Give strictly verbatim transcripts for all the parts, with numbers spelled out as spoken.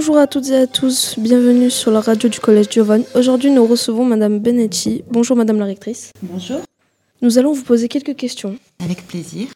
Bonjour à toutes et à tous, bienvenue sur la radio du Collège Giovanni. Aujourd'hui, nous recevons Madame Benetti. Bonjour Madame la rectrice. Bonjour. Nous allons vous poser quelques questions. Avec plaisir.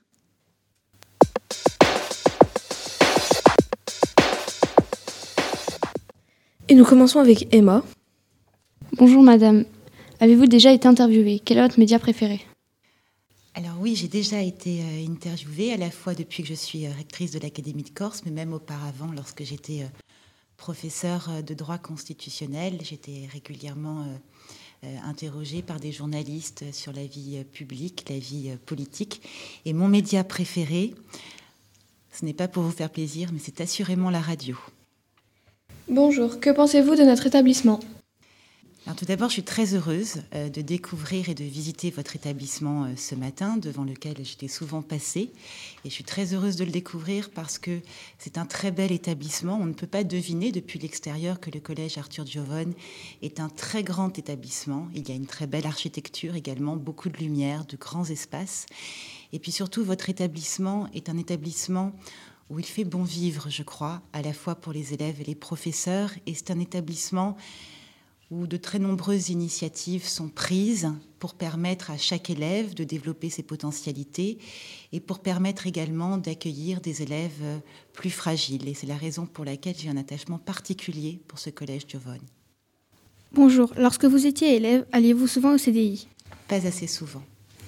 Et nous commençons avec Emma. Bonjour Madame, avez-vous déjà été interviewée? Quel est votre média préféré? Alors oui, j'ai déjà été euh, interviewée, à la fois depuis que je suis euh, rectrice de l'Académie de Corse, mais même auparavant, lorsque j'étais euh, professeure euh, de droit constitutionnel. J'étais régulièrement euh, euh, interrogée par des journalistes sur la vie euh, publique, la vie euh, politique. Et mon média préféré, ce n'est pas pour vous faire plaisir, mais c'est assurément la radio. Bonjour, que pensez-vous de notre établissement ? Alors tout d'abord, je suis très heureuse euh, de découvrir et de visiter votre établissement euh, ce matin, devant lequel j'étais souvent passée. Et je suis très heureuse de le découvrir parce que c'est un très bel établissement. On ne peut pas deviner depuis l'extérieur que le collège Arthur Giovanni est un très grand établissement. Il y a une très belle architecture également, beaucoup de lumière, de grands espaces. Et puis surtout, votre établissement est un établissement où il fait bon vivre, je crois, à la fois pour les élèves et les professeurs. Et c'est un établissement où de très nombreuses initiatives sont prises pour permettre à chaque élève de développer ses potentialités et pour permettre également d'accueillir des élèves plus fragiles. Et c'est la raison pour laquelle j'ai un attachement particulier pour ce collège Giovanni. Bonjour, lorsque vous étiez élève, alliez-vous souvent au C D I? Pas assez souvent.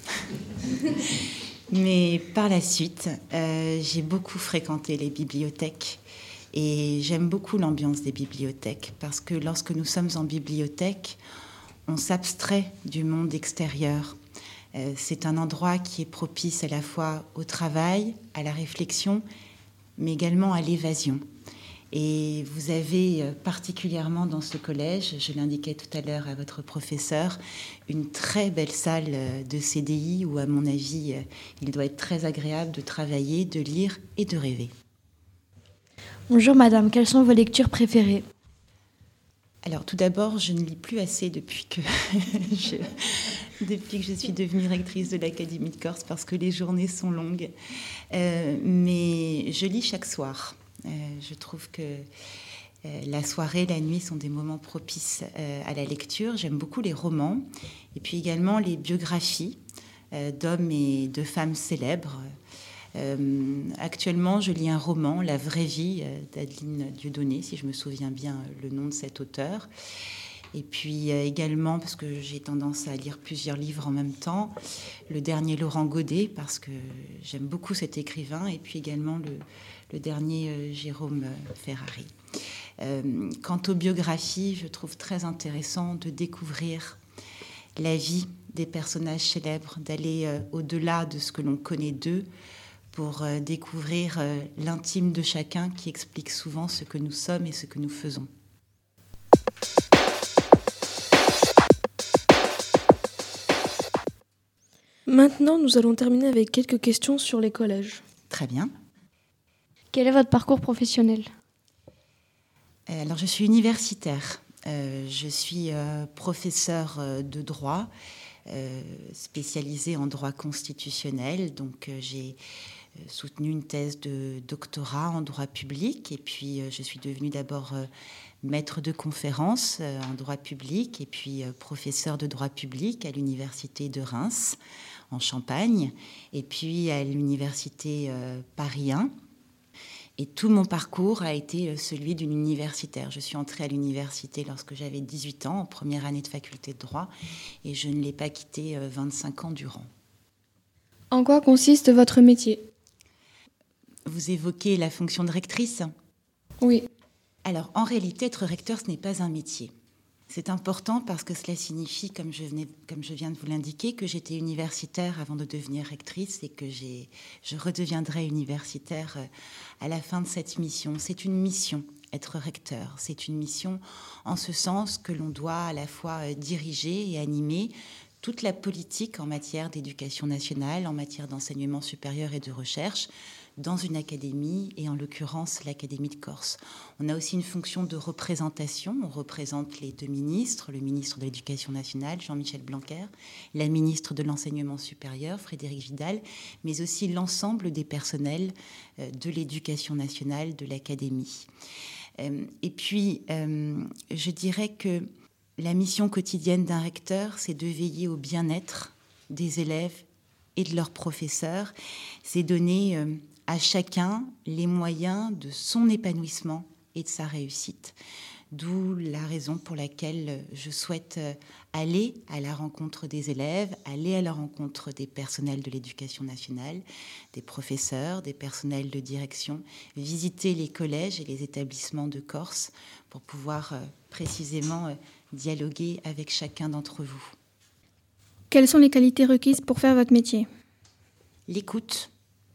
Mais par la suite, euh, j'ai beaucoup fréquenté les bibliothèques. Et j'aime beaucoup l'ambiance des bibliothèques parce que lorsque nous sommes en bibliothèque, on s'abstrait du monde extérieur. Euh, c'est un endroit qui est propice à la fois au travail, à la réflexion, mais également à l'évasion. Et vous avez particulièrement dans ce collège, je l'indiquais tout à l'heure à votre professeur, une très belle salle de C D I où, à mon avis, il doit être très agréable de travailler, de lire et de rêver. Bonjour madame, quelles sont vos lectures préférées? Alors tout d'abord, je ne lis plus assez depuis que, je, depuis que je suis devenue rectrice de l'Académie de Corse parce que les journées sont longues. Euh, mais je lis chaque soir. Euh, je trouve que euh, la soirée, la nuit sont des moments propices euh, à la lecture. J'aime beaucoup les romans et puis également les biographies euh, d'hommes et de femmes célèbres. Euh, actuellement, je lis un roman, La vraie vie d'Adeline Dieudonné, si je me souviens bien le nom de cet auteur. Et puis euh, également, parce que j'ai tendance à lire plusieurs livres en même temps, le dernier Laurent Godet, parce que j'aime beaucoup cet écrivain, et puis également le, le dernier euh, Jérôme Ferrari. Euh, quant aux biographies, je trouve très intéressant de découvrir la vie des personnages célèbres, d'aller euh, au-delà de ce que l'on connaît d'eux, pour euh, découvrir euh, l'intime de chacun qui explique souvent ce que nous sommes et ce que nous faisons. Maintenant, nous allons terminer avec quelques questions sur les collèges. Très bien. Quel est votre parcours professionnel? euh, Alors, je suis universitaire. Euh, je suis euh, professeure euh, de droit, euh, spécialisée en droit constitutionnel. Donc, euh, j'ai soutenu une thèse de doctorat en droit public et puis euh, je suis devenue d'abord euh, maître de conférences euh, en droit public et puis euh, professeure de droit public à l'université de Reims en Champagne et puis à l'université euh, Paris un. Et tout mon parcours a été celui d'une universitaire. Je suis entrée à l'université lorsque j'avais dix-huit ans, en première année de faculté de droit, et je ne l'ai pas quittée vingt-cinq ans durant. En quoi consiste votre métier ? Vous évoquez la fonction de rectrice ? Oui. Alors, en réalité, être recteur, ce n'est pas un métier. C'est important parce que cela signifie, comme je, venais, comme je viens de vous l'indiquer, que j'étais universitaire avant de devenir rectrice et que j'ai, je redeviendrai universitaire à la fin de cette mission. C'est une mission, être recteur. C'est une mission en ce sens que l'on doit à la fois diriger et animer toute la politique en matière d'éducation nationale, en matière d'enseignement supérieur et de recherche, dans une académie, et en l'occurrence l'Académie de Corse. On a aussi une fonction de représentation. On représente les deux ministres, le ministre de l'Éducation nationale, Jean-Michel Blanquer, la ministre de l'Enseignement supérieur, Frédérique Vidal, mais aussi l'ensemble des personnels de l'Éducation nationale de l'Académie. Euh, et puis, euh, je dirais que la mission quotidienne d'un recteur, c'est de veiller au bien-être des élèves et de leurs professeurs. C'est donner euh, à chacun les moyens de son épanouissement et de sa réussite. D'où la raison pour laquelle je souhaite aller à la rencontre des élèves, aller à la rencontre des personnels de l'éducation nationale, des professeurs, des personnels de direction, visiter les collèges et les établissements de Corse pour pouvoir précisément dialoguer avec chacun d'entre vous. Quelles sont les qualités requises pour faire votre métier ? L'écoute,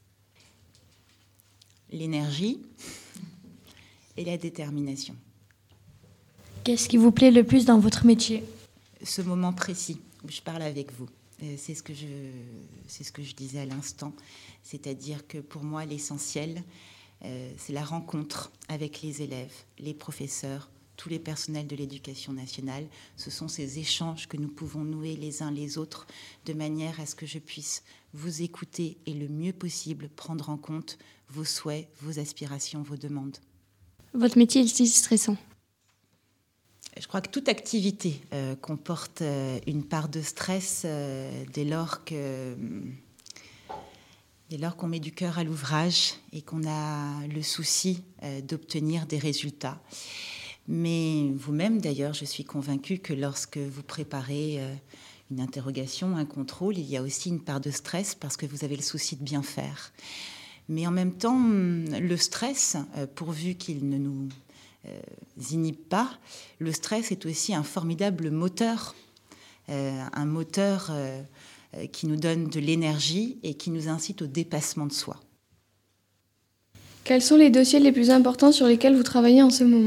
l'énergie et la détermination. Qu'est-ce qui vous plaît le plus dans votre métier ? Ce moment précis où je parle avec vous. C'est ce que je, c'est ce que je disais à l'instant. C'est-à-dire que pour moi, l'essentiel, euh, c'est la rencontre avec les élèves, les professeurs, tous les personnels de l'éducation nationale. Ce sont ces échanges que nous pouvons nouer les uns les autres de manière à ce que je puisse vous écouter et le mieux possible prendre en compte vos souhaits, vos aspirations, vos demandes. Votre métier est-il stressant ? Je crois que toute activité euh, comporte euh, une part de stress euh, dès lors que, dès lors qu'on met du cœur à l'ouvrage et qu'on a le souci euh, d'obtenir des résultats. Mais vous-même, d'ailleurs, je suis convaincue que lorsque vous préparez euh, une interrogation, un contrôle, il y a aussi une part de stress parce que vous avez le souci de bien faire. Mais en même temps, le stress, euh, pourvu qu'il ne nous Euh, inhibe pas, le stress est aussi un formidable moteur, euh, un moteur euh, euh, qui nous donne de l'énergie et qui nous incite au dépassement de soi. Quels sont les dossiers les plus importants sur lesquels vous travaillez en ce moment ?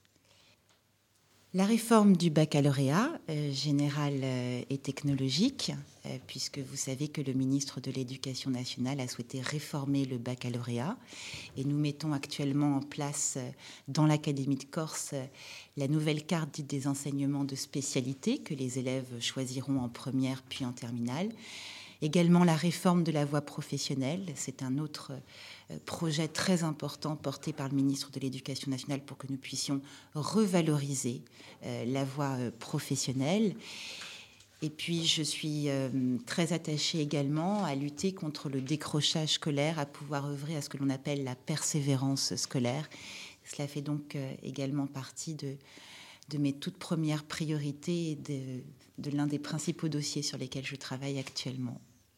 La réforme du baccalauréat euh, général euh, et technologique, euh, puisque vous savez que le ministre de l'Éducation nationale a souhaité réformer le baccalauréat et nous mettons actuellement en place euh, dans l'Académie de Corse euh, la nouvelle carte dite des enseignements de spécialité que les élèves choisiront en première puis en terminale. Également la réforme de la voie professionnelle, c'est un autre euh, projet très important porté par le ministre de l'Éducation nationale pour que nous puissions revaloriser euh, la voie euh, professionnelle. Et puis je suis euh, très attachée également à lutter contre le décrochage scolaire, à pouvoir œuvrer à ce que l'on appelle la persévérance scolaire. Cela fait donc euh, également partie de, de mes toutes premières priorités et de, de l'un des principaux dossiers sur lesquels je travaille actuellement.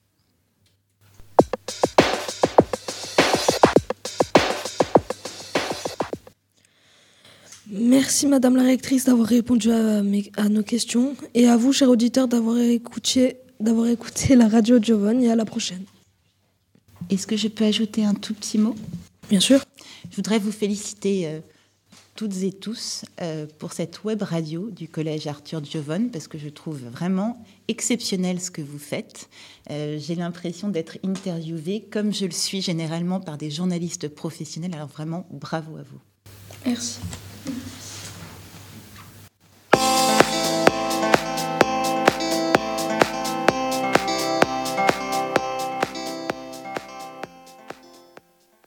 Merci Madame la rectrice d'avoir répondu à, mes, à nos questions et à vous, chers auditeurs, d'avoir écouté, d'avoir écouté la radio Giovanni et à la prochaine. Est-ce que je peux ajouter un tout petit mot ? Bien sûr. Je voudrais vous féliciter euh, toutes et tous euh, pour cette web radio du collège Arthur Giovone parce que je trouve vraiment exceptionnel ce que vous faites. Euh, j'ai l'impression d'être interviewée comme je le suis généralement par des journalistes professionnels. Alors vraiment, bravo à vous. Merci.